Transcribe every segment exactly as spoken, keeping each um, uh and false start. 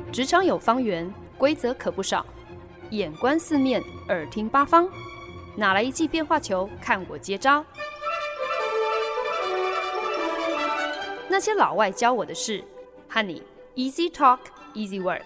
职场有方圆，规则可不少。眼观四面，耳听八方，哪来一记变化球？看我接招！那些老外教我的事，和你 Easy Talk Easy Work。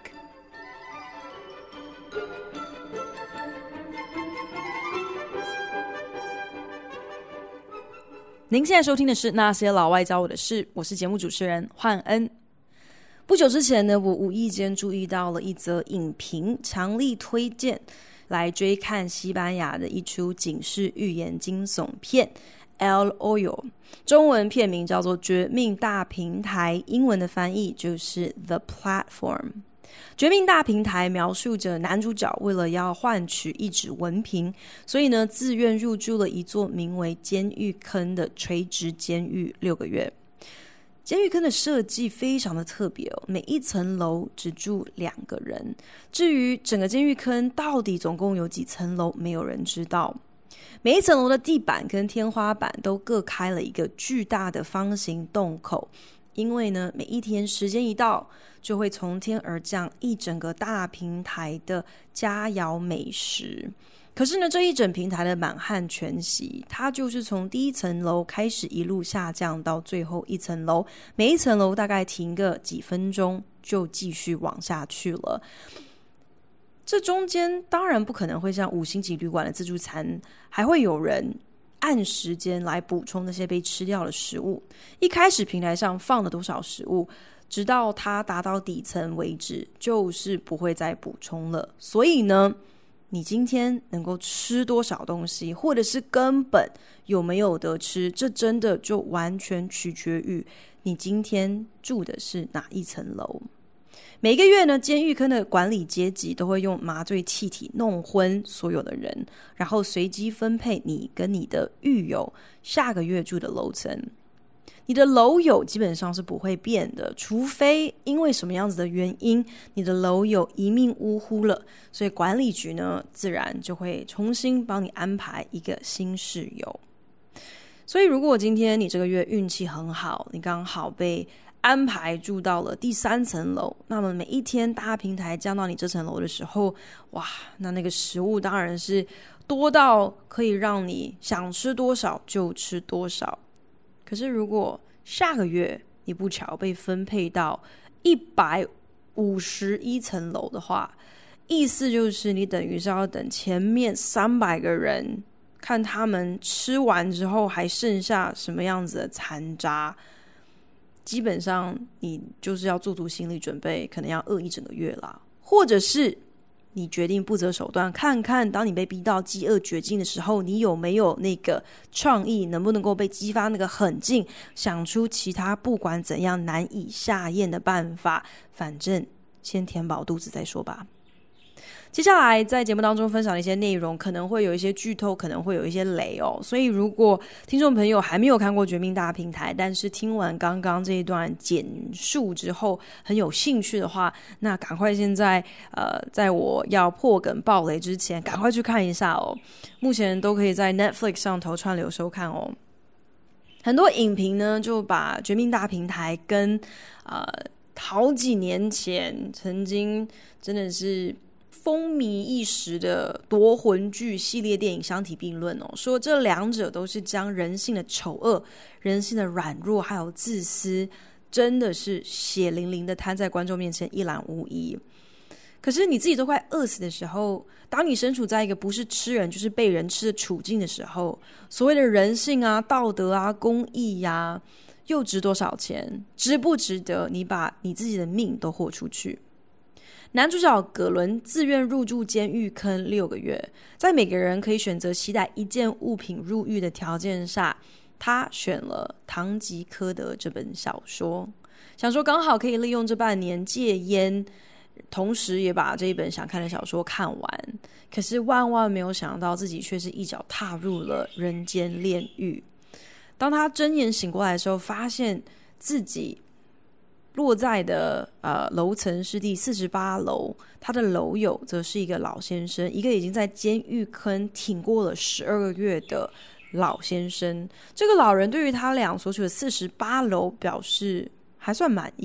您现在收听的是那些老外教我的事，我是节目主持人焕恩。不久之前呢，我无意间注意到了一则影评，强力推荐来追看西班牙的一出警示寓言惊悚片 El Hoyo， 中文片名叫做绝命大平台，英文的翻译就是 The Platform。绝命大平台描述着男主角为了要换取一纸文凭，所以呢自愿入住了一座名为监狱坑的垂直监狱六个月。监狱坑的设计非常的特别哦，每一层楼只住两个人。至于整个监狱坑到底总共有几层楼，没有人知道。每一层楼的地板跟天花板都各开了一个巨大的方形洞口，因为呢每一天时间一到，就会从天而降一整个大平台的佳肴美食。可是呢这一整平台的满汉全席，它就是从第一层楼开始一路下降到最后一层楼，每一层楼大概停个几分钟就继续往下去了。这中间当然不可能会像五星级旅馆的自助餐，还会有人按时间来补充那些被吃掉的食物。一开始平台上放了多少食物，直到它达到底层为止，就是不会再补充了。所以呢你今天能够吃多少东西，或者是根本有没有得吃，这真的就完全取决于你今天住的是哪一层楼。每个月呢，监狱坑的管理阶级都会用麻醉气体弄昏所有的人，然后随机分配你跟你的狱友下个月住的楼层。你的楼友基本上是不会变的，除非因为什么样子的原因，你的楼友一命呜呼了，所以管理局呢，自然就会重新帮你安排一个新室友。所以如果今天你这个月运气很好，你刚好被安排住到了第三层楼，那么每一天大平台降到你这层楼的时候，哇，那那个食物当然是多到可以让你想吃多少就吃多少。可是如果下个月你不巧被分配到一百五十一层楼的话，意思就是你等于是要等前面三百个人，看他们吃完之后还剩下什么样子的残渣。基本上你就是要做足心理准备，可能要饿一整个月啦。或者是你决定不择手段，看看当你被逼到饥饿绝境的时候，你有没有那个创意，能不能够被激发那个狠劲，想出其他不管怎样难以下咽的办法，反正先填饱肚子再说吧。接下来在节目当中分享的一些内容可能会有一些剧透，可能会有一些雷哦，所以如果听众朋友还没有看过绝命大平台，但是听完刚刚这一段简述之后很有兴趣的话，那赶快现在呃，在我要破梗爆雷之前赶快去看一下哦。目前都可以在 Netflix 上头串流收看哦。很多影评呢就把绝命大平台跟呃好几年前曾经真的是风靡一时的夺魂剧系列电影相提并论哦，说这两者都是将人性的丑恶、人性的软弱还有自私，真的是血淋淋的摊在观众面前一览无遗。可是你自己都快饿死的时候，当你身处在一个不是吃人就是被人吃的处境的时候，所谓的人性啊、道德啊、公义啊，又值多少钱？值不值得你把你自己的命都豁出去？男主角葛伦自愿入住监狱坑六个月，在每个人可以选择携带一件物品入狱的条件下，他选了《堂吉诃德》这本小说，想说刚好可以利用这半年戒烟，同时也把这一本想看的小说看完。可是万万没有想到，自己却是一脚踏入了人间炼狱。当他睁眼醒过来的时候，发现自己落在的呃楼层是第四十八楼，他的楼友则是一个老先生，一个已经在监狱坑挺过了十二个月的老先生。这个老人对于他俩所处的四十八楼表示还算满意，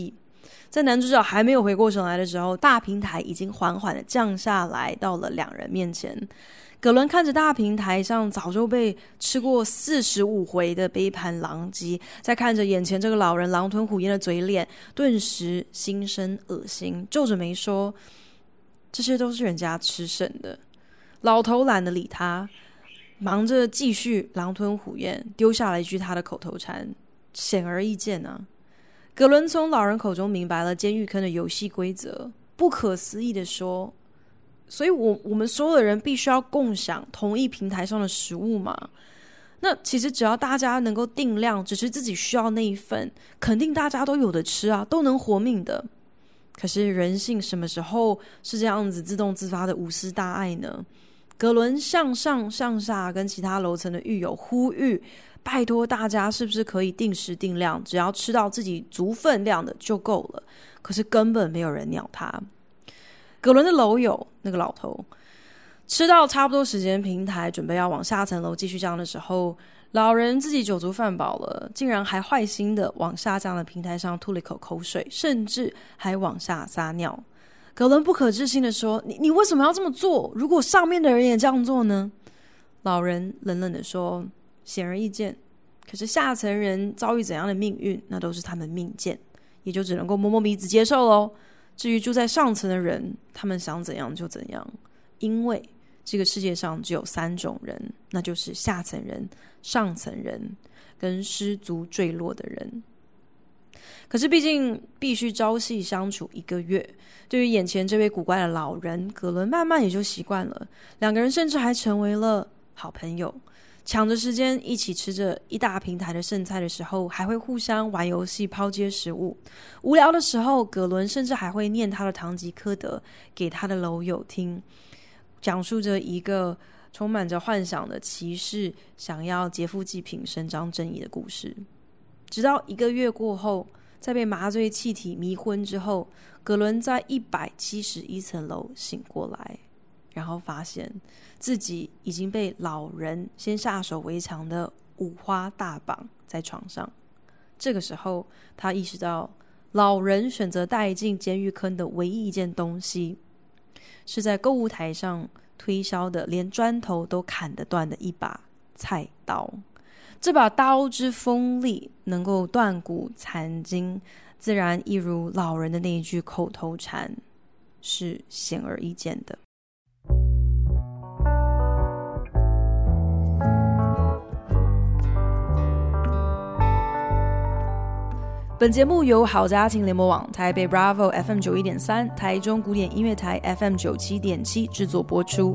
在男主角还没有回过神来的时候，大平台已经缓缓的降下来到了两人面前。葛伦看着大平台上早就被吃过四十五回的杯盘狼藉，再看着眼前这个老人狼吞虎咽的嘴脸，顿时心生恶心，皱着眉说，这些都是人家吃剩的。老头懒得理他，忙着继续狼吞虎咽，丢下了一句他的口头禅，显而易见啊。葛伦从老人口中明白了监狱坑的游戏规则，不可思议地说，所以我我们所有的人必须要共享同一平台上的食物嘛？那其实只要大家能够定量，只是自己需要那一份，肯定大家都有的吃啊，都能活命的。可是人性什么时候是这样子自动自发的无私大爱呢？葛伦向上向下跟其他楼层的狱友呼吁，拜托大家是不是可以定时定量，只要吃到自己足分量的就够了。可是根本没有人鸟他。葛伦的楼友那个老头吃到差不多时间，平台准备要往下层楼继续降的时候，老人自己酒足饭饱了，竟然还坏心的往下降的平台上吐了一口口水，甚至还往下撒尿。葛伦不可置信的说，你你为什么要这么做？如果上面的人也这样做呢？老人冷冷的说，显而易见，可是下层人遭遇怎样的命运，那都是他们命贱，也就只能够摸摸鼻子接受咯。至于住在上层的人，他们想怎样就怎样，因为这个世界上只有三种人，那就是下层人、上层人跟失足坠落的人。可是毕竟必须朝夕相处一个月，对于眼前这位古怪的老人，葛伦慢慢也就习惯了，两个人甚至还成为了好朋友，抢着时间一起吃着一大平台的剩菜的时候，还会互相玩游戏抛接食物。无聊的时候，葛伦甚至还会念他的堂吉诃德给他的楼友听，讲述着一个充满着幻想的骑士想要劫富济贫、伸张正义的故事。直到一个月过后，在被麻醉气体迷昏之后，葛伦在一百七十一层楼醒过来，然后发现自己已经被老人先下手为强的五花大绑在床上。这个时候他意识到，老人选择带进监狱坑的唯一一件东西，是在购物台上推销的连砖头都砍得断的一把菜刀。这把刀之锋利，能够断骨残筋，自然一如老人的那一句口头禅，是显而易见的。本节目由好家庭联播网、台北 Bravo F M 九一点三、台中古典音乐台 F M 九七点七制作播出。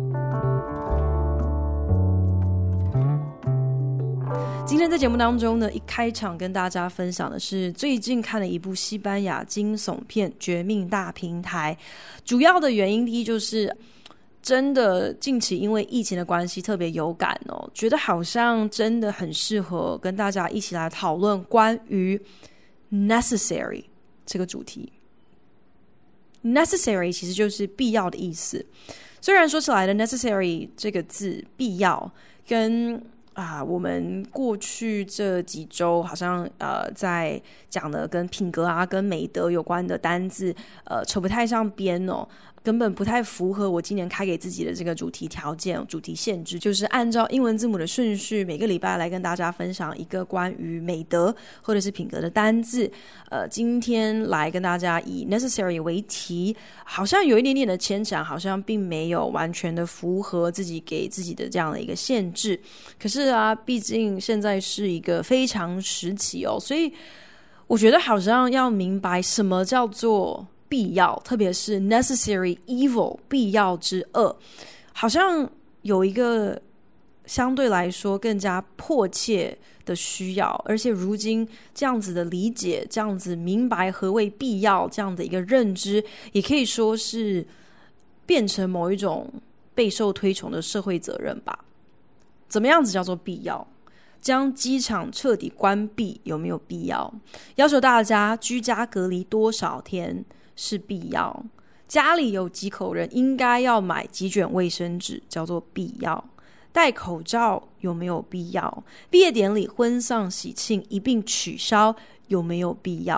今天在节目当中呢，一开场跟大家分享的是最近看了一部西班牙惊悚片《绝命大平台》。主要的原因第一就是真的近期因为疫情的关系特别有感哦，觉得好像真的很适合跟大家一起来讨论关于 necessary 这个主题。 necessary 其实就是必要的意思，虽然说起来的 necessary 这个字必要跟啊，我们过去这几周好像呃在讲的跟品格啊、跟美德有关的单字，呃扯不太上边哦，根本不太符合我今年开给自己的这个主题条件、主题限制，就是按照英文字母的顺序，每个礼拜来跟大家分享一个关于美德或者是品格的单字。呃，今天来跟大家以 necessary 为题，好像有一点点的牵强，好像并没有完全的符合自己给自己的这样的一个限制。可是啊，毕竟现在是一个非常时期哦，所以我觉得好像要明白什么叫做必要，特别是 necessary evil 必要之恶，好像有一个相对来说更加迫切的需要，而且如今这样子的理解，这样子明白何谓必要，这样的一个认知，也可以说是变成某一种备受推崇的社会责任吧。怎么样子叫做必要？将机场彻底关闭有没有必要？要求大家居家隔离多少天是必要？家里有几口人应该要买几卷卫生纸叫做必要？戴口罩有没有必要？毕业典礼、婚丧喜庆一并取消有没有必要？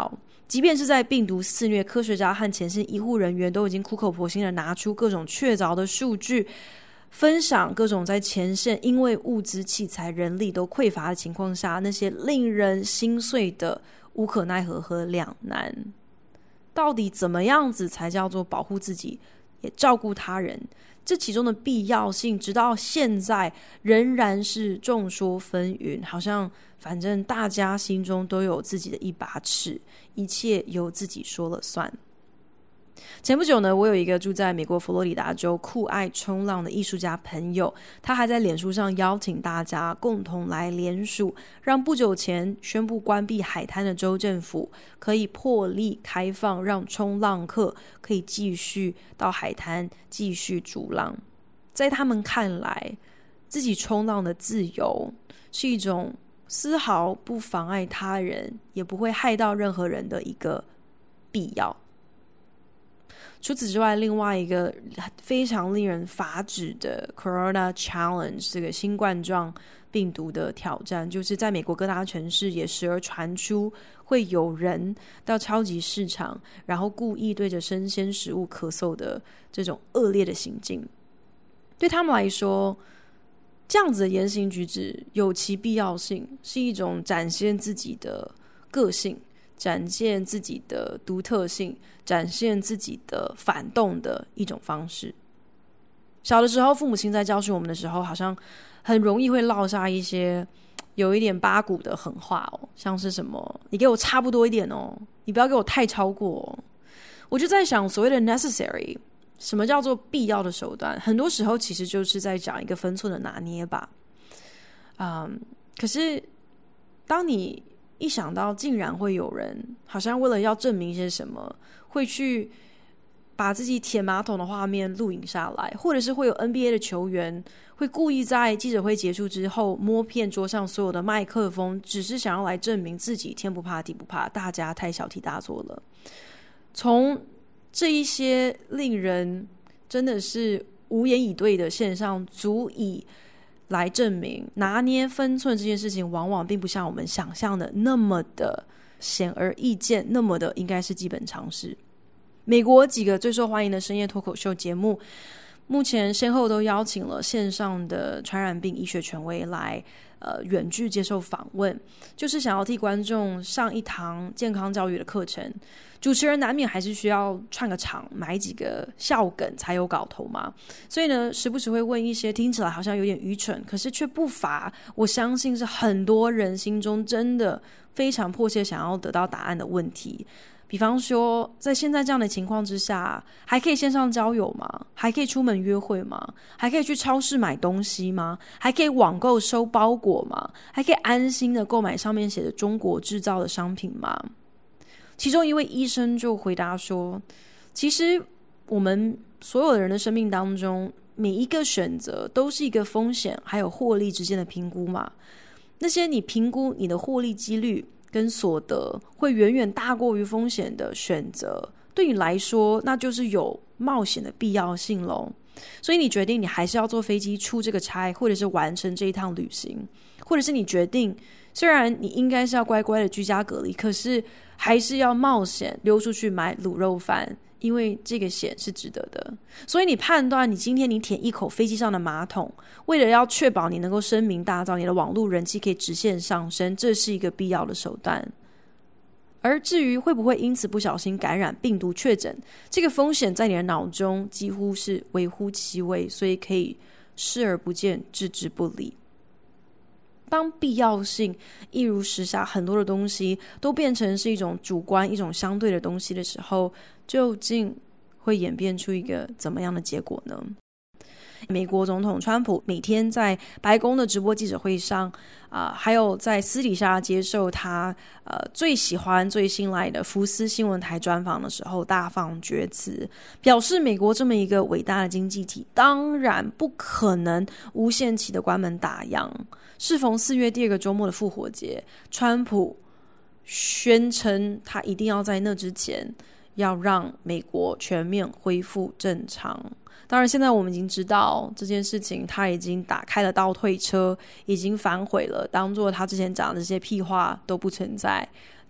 即便是在病毒肆虐，科学家和前线医护人员都已经苦口婆心的拿出各种确凿的数据，分享各种在前线因为物资、器材、人力都匮乏的情况下，那些令人心碎的无可奈何和两难。到底怎么样子才叫做保护自己，也照顾他人？这其中的必要性，直到现在仍然是众说纷纭，好像反正大家心中都有自己的一把尺，一切由自己说了算。前不久呢，我有一个住在美国佛罗里达州酷爱冲浪的艺术家朋友，他还在脸书上邀请大家共同来联署，让不久前宣布关闭海滩的州政府可以破例开放，让冲浪客可以继续到海滩继续逐浪。在他们看来，自己冲浪的自由是一种丝毫不妨碍他人，也不会害到任何人的一个必要。除此之外，另外一个非常令人发指的 Corona Challenge 这个新冠状病毒的挑战，就是在美国各大城市也时而传出会有人到超级市场，然后故意对着生鲜食物咳嗽的这种恶劣的行径。对他们来说，这样子的言行举止有其必要性，是一种展现自己的个性，展现自己的独特性，展现自己的反动的一种方式。小的时候，父母亲在教训我们的时候，好像很容易会落下一些有一点八股的狠话哦，像是什么你给我差不多一点哦，你不要给我太超过哦。我就在想，所谓的 necessary， 什么叫做必要的手段？很多时候其实就是在讲一个分寸的拿捏吧。嗯，可是当你一想到竟然会有人好像为了要证明一些什么，会去把自己舔马桶的画面录影下来，或者是会有 N B A 的球员会故意在记者会结束之后摸遍桌上所有的麦克风，只是想要来证明自己天不怕地不怕，大家太小题大做了。从这一些令人真的是无言以对的现象，足以来证明拿捏分寸这件事情往往并不像我们想象的那么的显而易见，那么的应该是基本常识。美国几个最受欢迎的深夜脱口秀节目目前先后都邀请了线上的传染病医学权威来呃远距接受访问，就是想要替观众上一堂健康教育的课程。主持人难免还是需要串个场，买几个笑梗才有搞头嘛，所以呢时不时会问一些听起来好像有点愚蠢，可是却不乏我相信是很多人心中真的非常迫切想要得到答案的问题。比方说，在现在这样的情况之下，还可以线上交友吗？还可以出门约会吗？还可以去超市买东西吗？还可以网购收包裹吗？还可以安心的购买上面写着中国制造的商品吗？其中一位医生就回答说，其实我们所有的人的生命当中，每一个选择都是一个风险还有获利之间的评估嘛。那些你评估你的获利几率跟所得会远远大过于风险的选择，对你来说那就是有冒险的必要性咯。所以你决定你还是要坐飞机出这个差，或者是完成这一趟旅行，或者是你决定虽然你应该是要乖乖的居家隔离，可是还是要冒险溜出去买卤肉饭，因为这个险是值得的。所以你判断你今天你舔一口飞机上的马桶，为了要确保你能够声名大噪，你的网络人气可以直线上升，这是一个必要的手段。而至于会不会因此不小心感染病毒确诊，这个风险在你的脑中几乎是微乎其微，所以可以视而不见，置之不理。当必要性一如时下很多的东西都变成是一种主观一种相对的东西的时候，究竟会演变出一个怎么样的结果呢？美国总统川普每天在白宫的直播记者会上、呃、还有在私底下接受他、呃、最喜欢最信赖的福斯新闻台专访的时候大放厥词，表示美国这么一个伟大的经济体当然不可能无限期的关门打烊。适逢四月第二个周末的复活节，川普宣称他一定要在那之前要让美国全面恢复正常。当然现在我们已经知道这件事情他已经打开了倒退车，已经反悔了，当作他之前讲的这些屁话都不存在。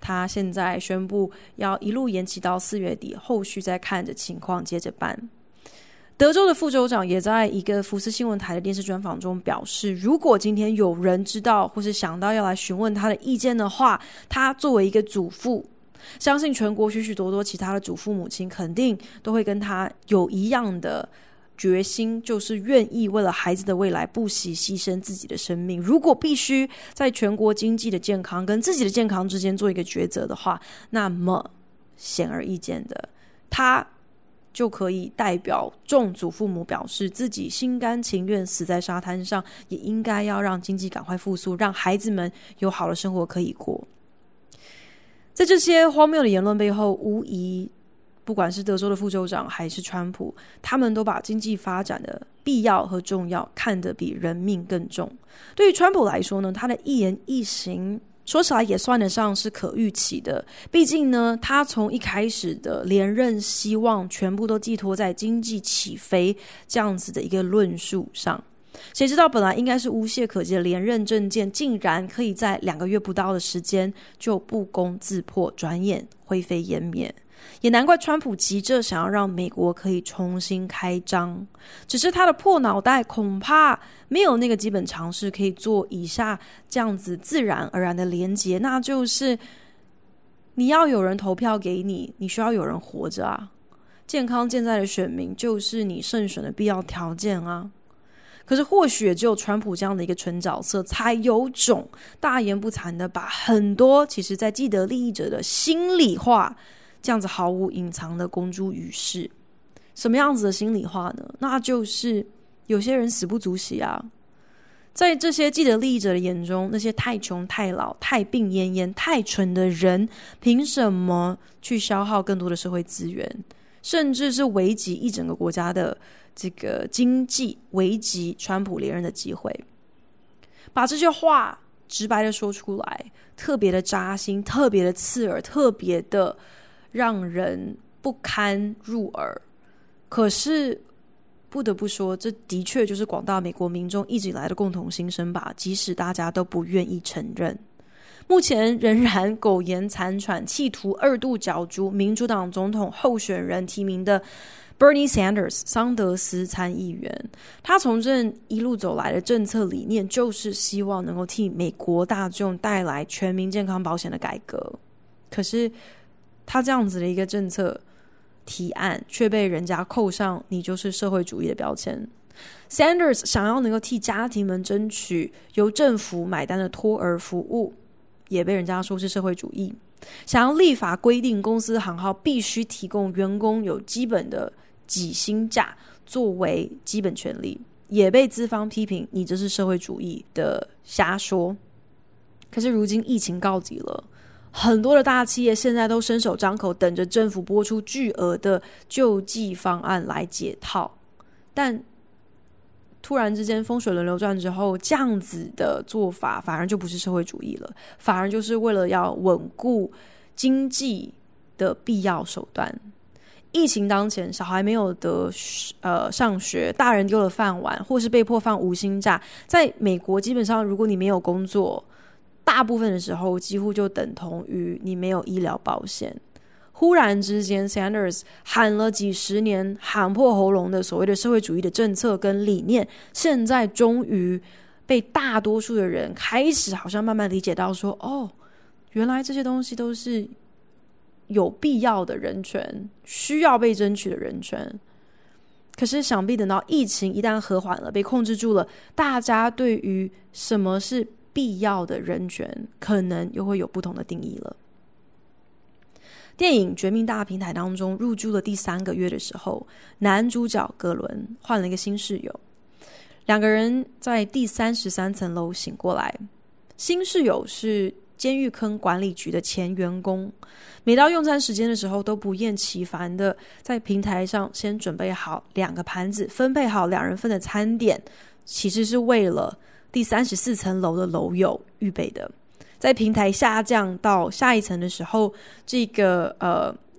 他现在宣布要一路延期到四月底，后续再看着情况接着办。德州的副州长也在一个福斯新闻台的电视专访中表示，如果今天有人知道或是想到要来询问他的意见的话，他作为一个祖父，相信全国许许多多其他的祖父母亲肯定都会跟他有一样的决心，就是愿意为了孩子的未来不惜牺牲自己的生命。如果必须在全国经济的健康跟自己的健康之间做一个抉择的话，那么显而易见的，他就可以代表众祖父母表示自己心甘情愿死在沙滩上，也应该要让经济赶快复苏，让孩子们有好的生活可以过。在这些荒谬的言论背后，无疑不管是德州的副州长还是川普，他们都把经济发展的必要和重要看得比人命更重。对于川普来说呢，他的一言一行说起来也算得上是可预期的，毕竟呢，他从一开始的连任希望全部都寄托在经济起飞这样子的一个论述上，谁知道本来应该是无懈可击的连任政见，竟然可以在两个月不到的时间就不攻自破，转眼灰飞烟灭。也难怪川普急着想要让美国可以重新开张，只是他的破脑袋恐怕没有那个基本常识可以做以下这样子自然而然的连结，那就是你要有人投票给你，你需要有人活着啊，健康健在的选民就是你胜选的必要条件啊。可是或许也只有川普这样的一个纯角色才有种大言不惭的把很多其实在既得利益者的心里话这样子毫无隐藏的公诸于世。什么样子的心里话呢？那就是有些人死不足惜啊。在这些既得利益者的眼中，那些太穷太老太病恹恹太蠢的人凭什么去消耗更多的社会资源，甚至是危及一整个国家的这个经济，危及川普连任的机会。把这些话直白的说出来，特别的扎心，特别的刺耳，特别的让人不堪入耳。可是不得不说，这的确就是广大美国民众一直以来的共同心声吧，即使大家都不愿意承认。目前仍然苟延残喘，企图二度角逐民主党总统候选人提名的 Bernie Sanders 桑德斯参议员，他从政一路走来的政策理念就是希望能够替美国大众带来全民健康保险的改革。可是他这样子的一个政策提案却被人家扣上你就是社会主义的标签。 Sanders 想要能够替家庭们争取由政府买单的托儿服务，也被人家说是社会主义。想要立法规定公司行号必须提供员工有基本的给薪假作为基本权利，也被资方批评你这是社会主义的瞎说。可是如今疫情告急了，很多的大企业现在都伸手张口，等着政府拨出巨额的救济方案来解套。但突然之间风水轮流转之后，这样子的做法反而就不是社会主义了，反而就是为了要稳固经济的必要手段。疫情当前，小孩没有得呃上学，大人丢了饭碗，或是被迫放无薪假，在美国基本上如果你没有工作，大部分的时候几乎就等同于你没有医疗保险。忽然之间 Sanders 喊了几十年喊破喉咙的所谓的社会主义的政策跟理念，现在终于被大多数的人开始好像慢慢理解到说，哦，原来这些东西都是有必要的人权，需要被争取的人权。可是想必等到疫情一旦和缓了，被控制住了，大家对于什么是必要的人权可能又会有不同的定义了。电影《绝命大平台》当中入住了第三个月的时候，男主角格伦换了一个新室友，两个人在第三十三层楼醒过来。新室友是监狱坑管理局的前员工，每到用餐时间的时候都不厌其烦的在平台上先准备好两个盘子，分配好两人份的餐点，其实是为了第三十四层楼的楼友预备的。在平台下降到下一层的时候，这个呃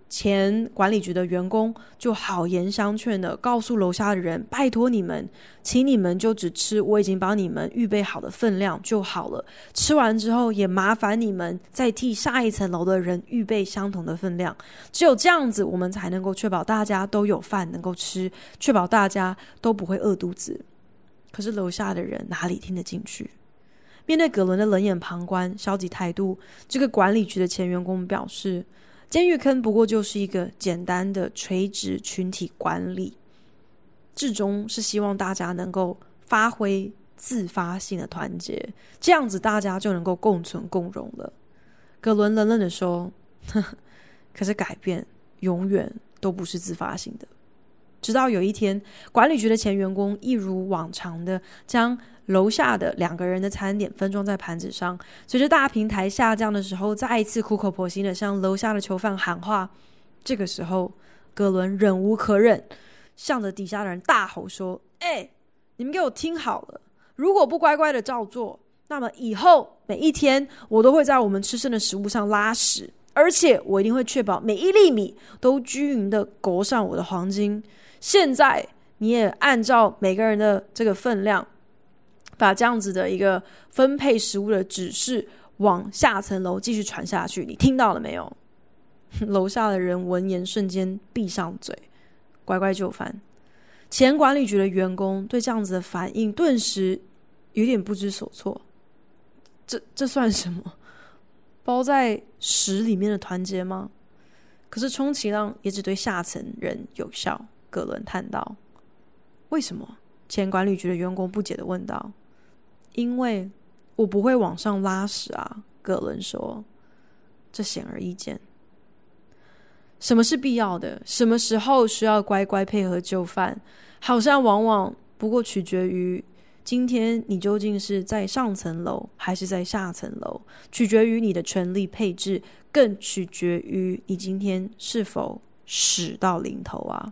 前管理局的员工就好言相劝的告诉楼下的人，拜托你们，请你们就只吃我已经帮你们预备好的分量就好了，吃完之后也麻烦你们再替下一层楼的人预备相同的分量，只有这样子我们才能够确保大家都有饭能够吃，确保大家都不会饿肚子。可是楼下的人哪里听得进去？面对葛伦的冷眼旁观、消极态度，这个管理局的前员工表示，监狱坑不过就是一个简单的垂直群体管理，至终是希望大家能够发挥自发性的团结，这样子大家就能够共存共荣了。葛伦冷冷地说，呵呵，可是改变永远都不是自发性的。直到有一天，管理局的前员工一如往常的将楼下的两个人的餐点分装在盘子上，随着大平台下降的时候，再一次苦口婆心的向楼下的囚犯喊话。这个时候，葛伦忍无可忍，向着底下的人大吼说，哎、欸，你们给我听好了，如果不乖乖的照做，那么以后每一天我都会在我们吃剩的食物上拉屎，而且我一定会确保每一粒米都均匀的裹上我的黄金。现在你也按照每个人的这个分量，把这样子的一个分配食物的指示往下层楼继续传下去，你听到了没有？楼下的人闻言瞬间闭上嘴，乖乖就范。前管理局的员工对这样子的反应顿时有点不知所措，这这算什么？包在屎里面的团结吗？可是充其量也只对下层人有效。葛伦叹道。为什么？前管理局的员工不解地问道。因为我不会往上拉屎啊，葛伦说。这显而易见。什么是必要的？什么时候需要乖乖配合就范？好像往往不过取决于今天你究竟是在上层楼还是在下层楼，取决于你的权力配置，更取决于你今天是否屎到临头啊。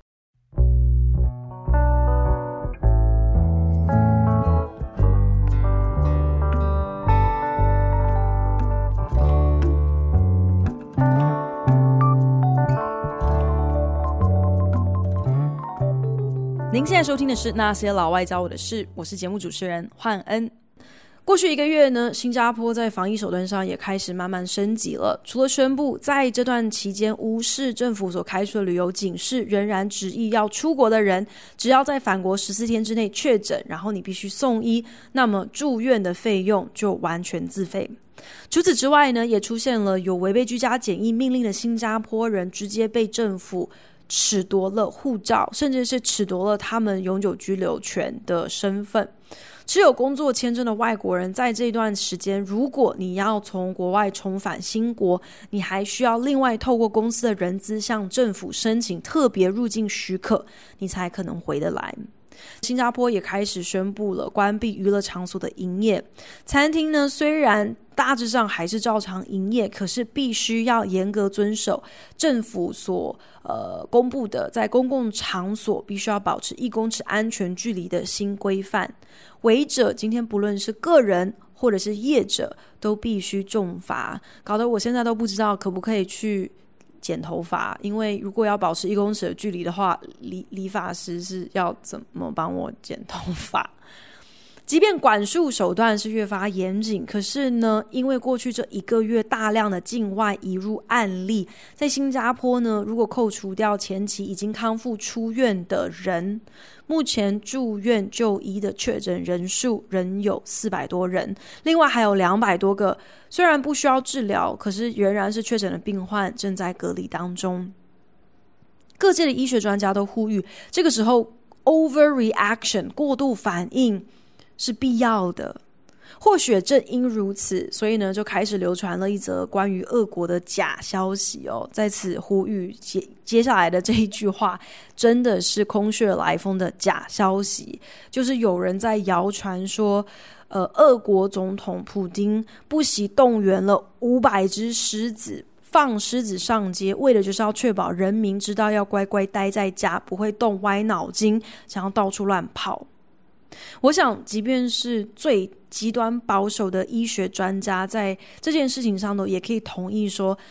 您现在收听的是那些老外教我的事，我是节目主持人焕恩。过去一个月呢，新加坡在防疫手段上也开始慢慢升级了。除了宣布在这段期间无视政府所开出的旅游警示，仍然执意要出国的人，只要在返国十四天之内确诊，然后你必须送医，那么住院的费用就完全自费。除此之外呢，也出现了有违背居家检疫命令的新加坡人直接被政府褫夺了护照，甚至是褫夺了他们永久居留权的身份。持有工作签证的外国人在这段时间，如果你要从国外重返新国，你还需要另外透过公司的人资向政府申请特别入境许可，你才可能回得来。新加坡也开始宣布了关闭娱乐场所的营业，餐厅呢虽然大致上还是照常营业，可是必须要严格遵守政府所呃公布的在公共场所必须要保持一公尺安全距离的新规范。违者今天不论是个人或者是业者都必须重罚，搞得我现在都不知道可不可以去剪头发，因为如果要保持一公尺的距离的话，理理发师是要怎么帮我剪头发？即便管束手段是越发严谨，可是呢，因为过去这一个月大量的境外移入案例，在新加坡呢，如果扣除掉前期已经康复出院的人，目前住院就医的确诊人数仍有四百多人，另外还有两百多个虽然不需要治疗，可是仍然是确诊的病患正在隔离当中。各界的医学专家都呼吁，这个时候 overreaction 过度反应是必要的。或许正因如此，所以呢，就开始流传了一则关于俄国的假消息哦。在此呼吁，接接下来的这一句话真的是空穴来风的假消息，就是有人在谣传说，呃，俄国总统普丁不惜动员了五百只狮子，放狮子上街，为的就是要确保人民知道要乖乖待在家，不会动歪脑筋，想要到处乱跑。我想即便是最极端保守的医学专家在这件事情上头也可以同意说，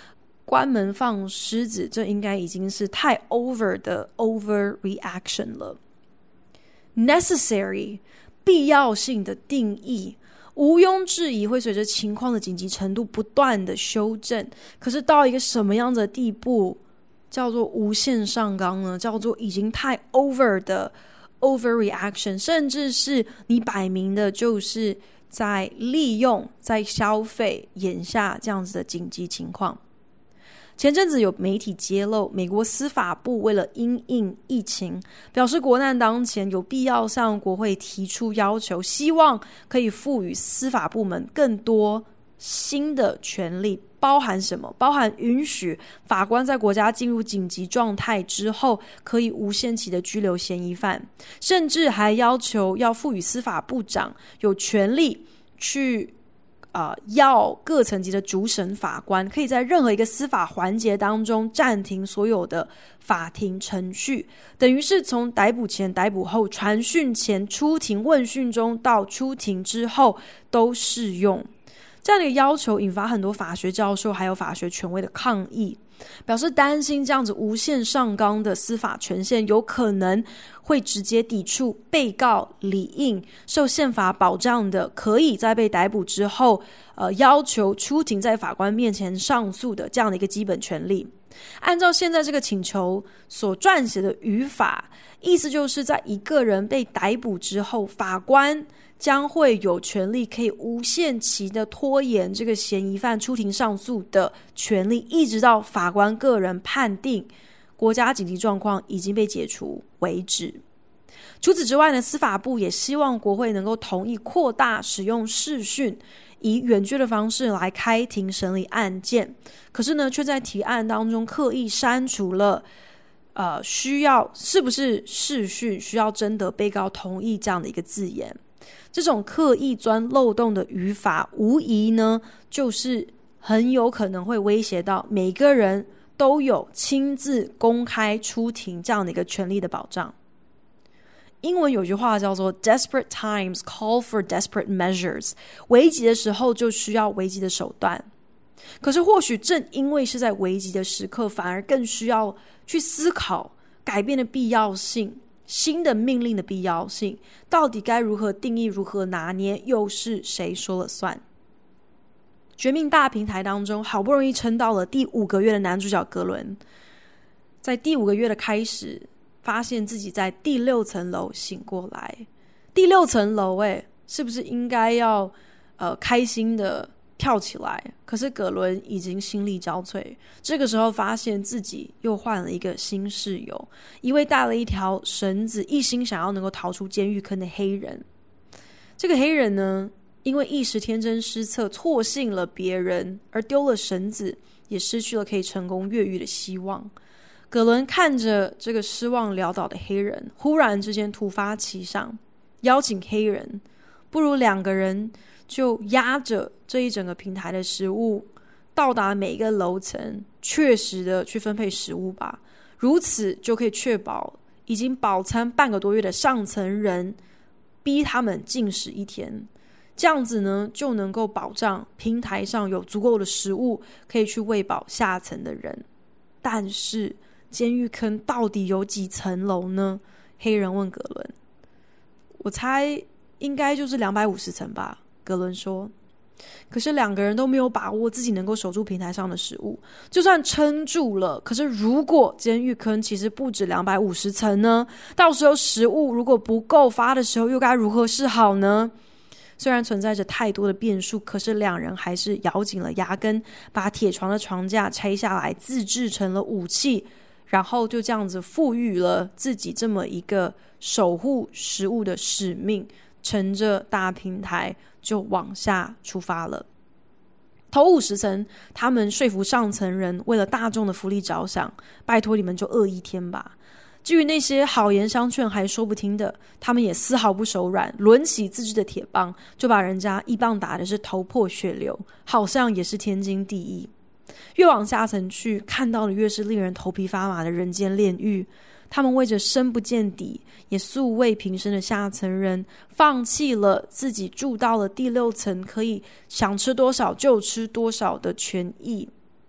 关门放狮子，这应该已经是太 over 的 overreaction 了。necessary 必要性的定义毋庸置疑会随着情况的紧急程度不断的修正，可是到一个什么样的地步叫做无限上纲呢？叫做已经太 over 的 overreaction， 甚至是你摆明的就是在利用在消费眼下这样子的紧急情况。前阵子有媒体揭露，美国司法部为了因应疫情，表示国难当前有必要向国会提出要求，希望可以赋予司法部门更多新的权利，包含什么？包含允许法官在国家进入紧急状态之后，可以无限期的拘留嫌疑犯，甚至还要求要赋予司法部长有权利去呃，要各层级的主审法官可以在任何一个司法环节当中暂停所有的法庭程序，等于是从逮捕前、逮捕后、传讯前、出庭问讯中到出庭之后都适用。这样的一个要求引发很多法学教授还有法学权威的抗议，表示担心这样子无限上纲的司法权限有可能会直接抵触被告理应受宪法保障的可以在被逮捕之后呃，要求出庭在法官面前上诉的这样的一个基本权利。按照现在这个请求所撰写的语法，意思就是在一个人被逮捕之后，法官将会有权利可以无限期的拖延这个嫌疑犯出庭上诉的权利，一直到法官个人判定国家紧急状况已经被解除为止。除此之外呢，司法部也希望国会能够同意扩大使用视讯，以远距的方式来开庭审理案件，可是呢，却在提案当中刻意删除了呃，需要是不是视讯需要征得被告同意这样的一个字眼。这种刻意钻漏洞的语法，无疑呢，就是很有可能会威胁到每个人都有亲自公开出庭这样的一个权利的保障。英文有句话叫做 Desperate times call for desperate measures， 危急的时候就需要危急的手段。可是或许正因为是在危急的时刻，反而更需要去思考改变的必要性，新的命令的必要性，到底该如何定义，如何拿捏，又是谁说了算。绝命大平台当中，好不容易撑到了第五个月的男主角格伦，在第五个月的开始发现自己在第六层楼醒过来。第六层楼哎，是不是应该要呃开心的跳起来？可是葛伦已经心力交瘁，这个时候发现自己又换了一个新室友，一位带了一条绳子，一心想要能够逃出监狱坑的黑人。这个黑人呢，因为一时天真失策，错信了别人，而丢了绳子，也失去了可以成功越狱的希望。葛伦看着这个失望潦倒的黑人，忽然之间突发奇想，邀请黑人，不如两个人就压着这一整个平台的食物，到达每一个楼层，确实的去分配食物吧。如此就可以确保已经饱餐半个多月的上层人，逼他们禁食一天。这样子呢，就能够保障平台上有足够的食物，可以去喂饱下层的人。但是监狱坑到底有几层楼呢？黑人问格伦。我猜应该就是两百五十层吧，格伦说。可是两个人都没有把握自己能够守住平台上的食物，就算撑住了，可是如果监狱坑其实不止两百五十层呢？到时候食物如果不够发的时候，又该如何是好呢？虽然存在着太多的变数，可是两人还是咬紧了牙根，把铁床的床架拆下来，自制成了武器，然后就这样子赋予了自己这么一个守护食物的使命，乘着大平台就往下出发了。头五十层，他们说服上层人为了大众的福利着想，拜托你们就饿一天吧。至于那些好言相劝还说不听的，他们也丝毫不手软，抡起自制的铁棒，就把人家一棒打的是头破血流，好像也是天经地义。越往下层去，看到的越是令人头皮发麻的人间炼狱。他们为着深不见底也素未平生的下层人，放弃了自己住到了第六层可以想吃多少就吃多少的权益。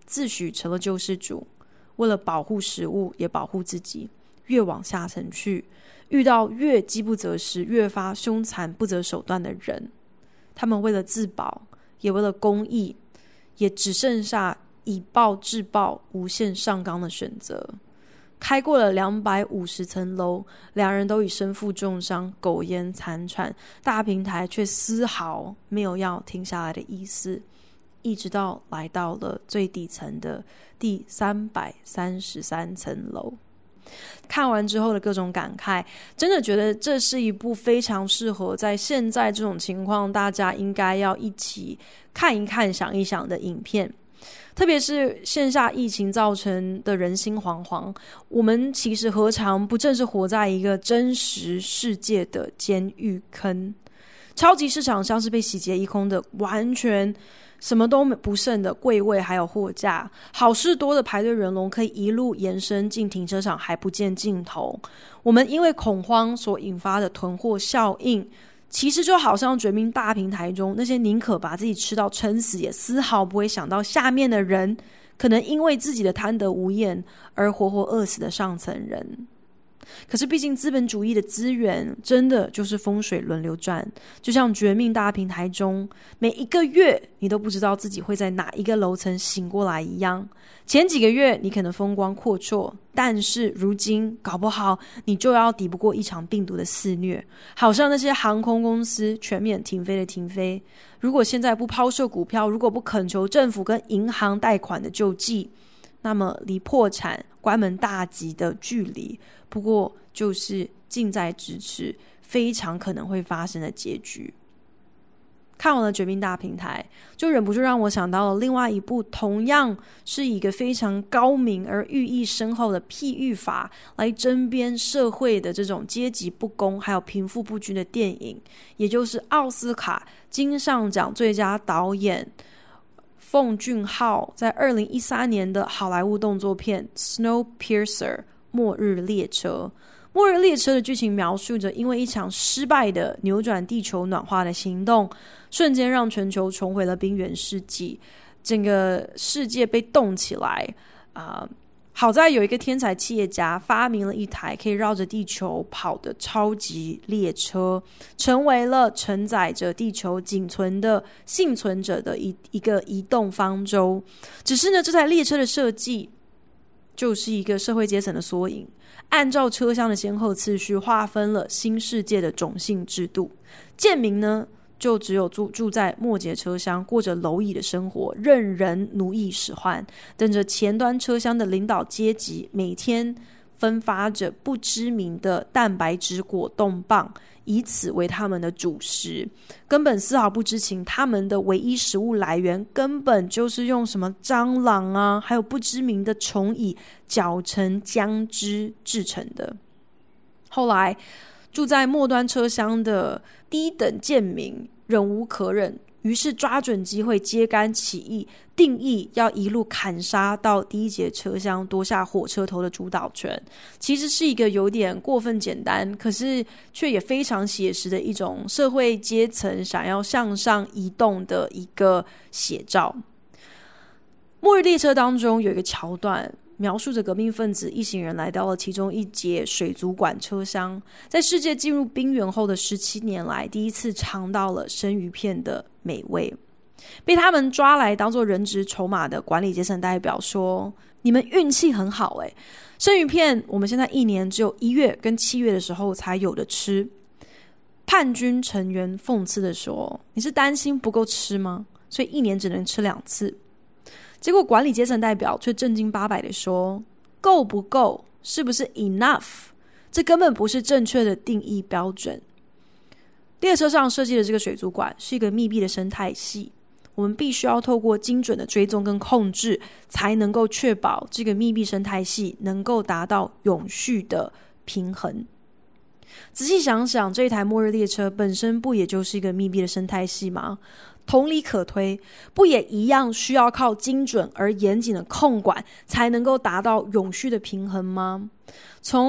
自诩成了救世主，为了保护食物也保护自己，越往下层去，遇到越饥不择食、越发凶残不择手段的人。他们为了自保，也为了公义，也只剩下以暴制暴、无限上纲的选择。开过了两百五十层楼，两人都已身负重伤，苟延残喘，大平台却丝毫没有要停下来的意思，一直到来到了最底层的第三百三十三层楼。看完之后的各种感慨，真的觉得这是一部非常适合在现在这种情况大家应该要一起看一看、想一想的影片。特别是线下疫情造成的人心惶惶，我们其实何尝不正是活在一个真实世界的监狱坑？超级市场像是被洗劫一空的，完全什么都不剩的柜位还有货架，好事多的排队人龙可以一路延伸进停车场还不见尽头。我们因为恐慌所引发的囤货效应，其实就好像绝命大平台中那些宁可把自己吃到撑死也丝毫不会想到下面的人可能因为自己的贪得无厌而活活饿死的上层人。可是毕竟资本主义的资源真的就是风水轮流转，就像绝命大平台中每一个月你都不知道自己会在哪一个楼层醒过来一样。前几个月你可能风光阔绰，但是如今搞不好你就要抵不过一场病毒的肆虐，好像那些航空公司全面停飞的停飞，如果现在不抛售股票，如果不恳求政府跟银行贷款的救济，那么离破产关门大吉的距离不过就是近在咫尺，非常可能会发生的结局。看完了绝命大平台，就忍不住让我想到了另外一部同样是一个非常高明而寓意深厚的譬喻法来针砭社会的这种阶级不公还有贫富不均的电影，也就是奥斯卡金像奖最佳导演奉俊昊在二零一三年的好莱坞动作片 Snowpiercer 末日列车。末日列车的剧情描述着因为一场失败的扭转地球暖化的行动，瞬间让全球重回了冰原世纪，整个世界被冻起来、呃、好在有一个天才企业家发明了一台可以绕着地球跑的超级列车，成为了承载着地球仅存的幸存者的一一个移动方舟。只是呢，这台列车的设计就是一个社会阶层的缩影，按照车厢的先后次序划分了新世界的种姓制度。贱民呢，就只有住住在末节车厢，过着蝼蚁的生活，任人奴役使唤，等着前端车厢的领导阶级每天分发着不知名的蛋白质果冻棒，以此为他们的主食，根本丝毫不知情他们的唯一食物来源根本就是用什么蟑螂啊还有不知名的虫蚁搅成浆汁制成的。后来住在末端车厢的低等贱民忍无可忍，于是抓准机会揭竿起义，定义要一路砍杀到第一节车厢，夺下火车头的主导权。其实是一个有点过分简单，可是却也非常写实的一种社会阶层想要向上移动的一个写照。末日列车当中有一个桥段，描述着革命分子一行人来到了其中一节水族馆车厢，在世界进入冰原后的十七年来，第一次尝到了生鱼片的美味。被他们抓来当作人质筹码的管理阶层代表说，你们运气很好耶，生鱼片我们现在一年只有一月跟七月的时候才有的吃。叛军成员讽刺的说，你是担心不够吃吗？所以一年只能吃两次。结果管理阶层代表却正经八百的说，够不够，是不是 enough， 这根本不是正确的定义标准。列车上设计的这个水族馆是一个密闭的生态系，我们必须要透过精准的追踪跟控制，才能够确保这个密闭生态系能够达到永续的平衡。仔细想想，这一台末日列车本身不也就是一个密闭的生态系吗？同理可推，不也一样需要靠精准而严谨的控管才能够达到永续的平衡吗？从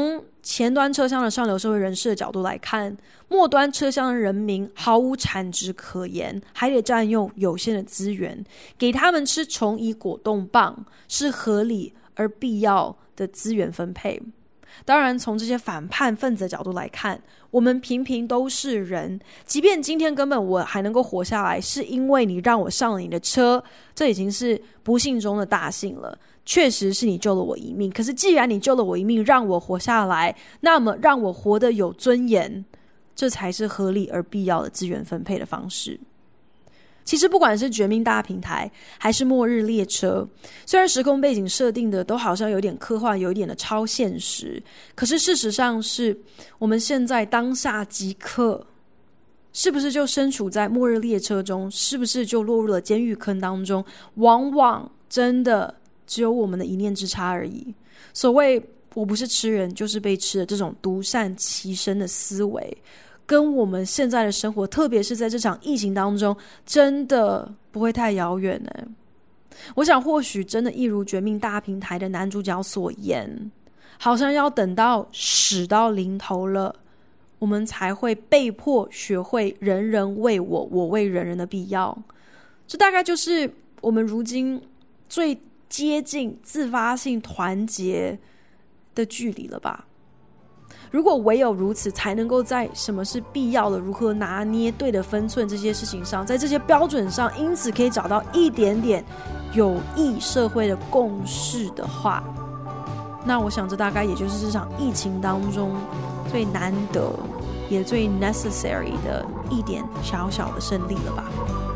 前端车厢的上流社会人士的角度来看，末端车厢的人民毫无产值可言，还得占用有限的资源，给他们吃虫蚁果冻棒是合理而必要的资源分配。当然，从这些反叛分子的角度来看，我们平平都是人，即便今天根本我还能够活下来，是因为你让我上了你的车，这已经是不幸中的大幸了。确实是你救了我一命，可是既然你救了我一命，让我活下来，那么让我活得有尊严，这才是合理而必要的资源分配的方式。其实不管是绝命大平台还是末日列车，虽然时空背景设定的都好像有点科幻，有一点的超现实，可是事实上是我们现在当下即刻是不是就身处在末日列车中，是不是就落入了监狱坑当中，往往真的只有我们的一念之差而已。所谓我不是吃人就是被吃的这种独善其身的思维，跟我们现在的生活，特别是在这场疫情当中，真的不会太遥远呢。我想或许真的一如绝命大平台的男主角所言，好像要等到屎到临头了，我们才会被迫学会人人为我，我为人人的必要。这大概就是我们如今最接近自发性团结的距离了吧。如果唯有如此，才能够在什么是必要的，如何拿捏对的分寸这些事情上，在这些标准上，因此可以找到一点点有益社会的共识的话，那我想这大概也就是这场疫情当中最难得也最 necessary 的一点小小的胜利了吧。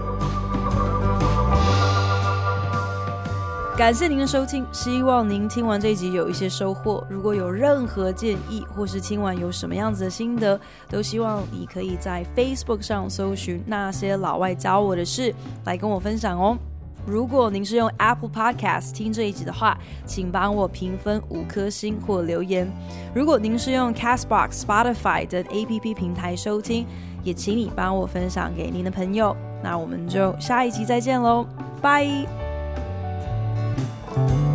感谢您的收听，希望您听完这一集有一些收获。如果有任何建议，或是听完有什么样子的心得，都希望你可以在 Facebook 上搜寻那些老外教我的事来跟我分享哦。如果您是用 Apple Podcast 听这一集的话，请帮我评分五颗星或留言。如果您是用 Castbox、Spotify 等 A P P 平台收听，也请你帮我分享给您的朋友。那我们就下一集再见喽，拜。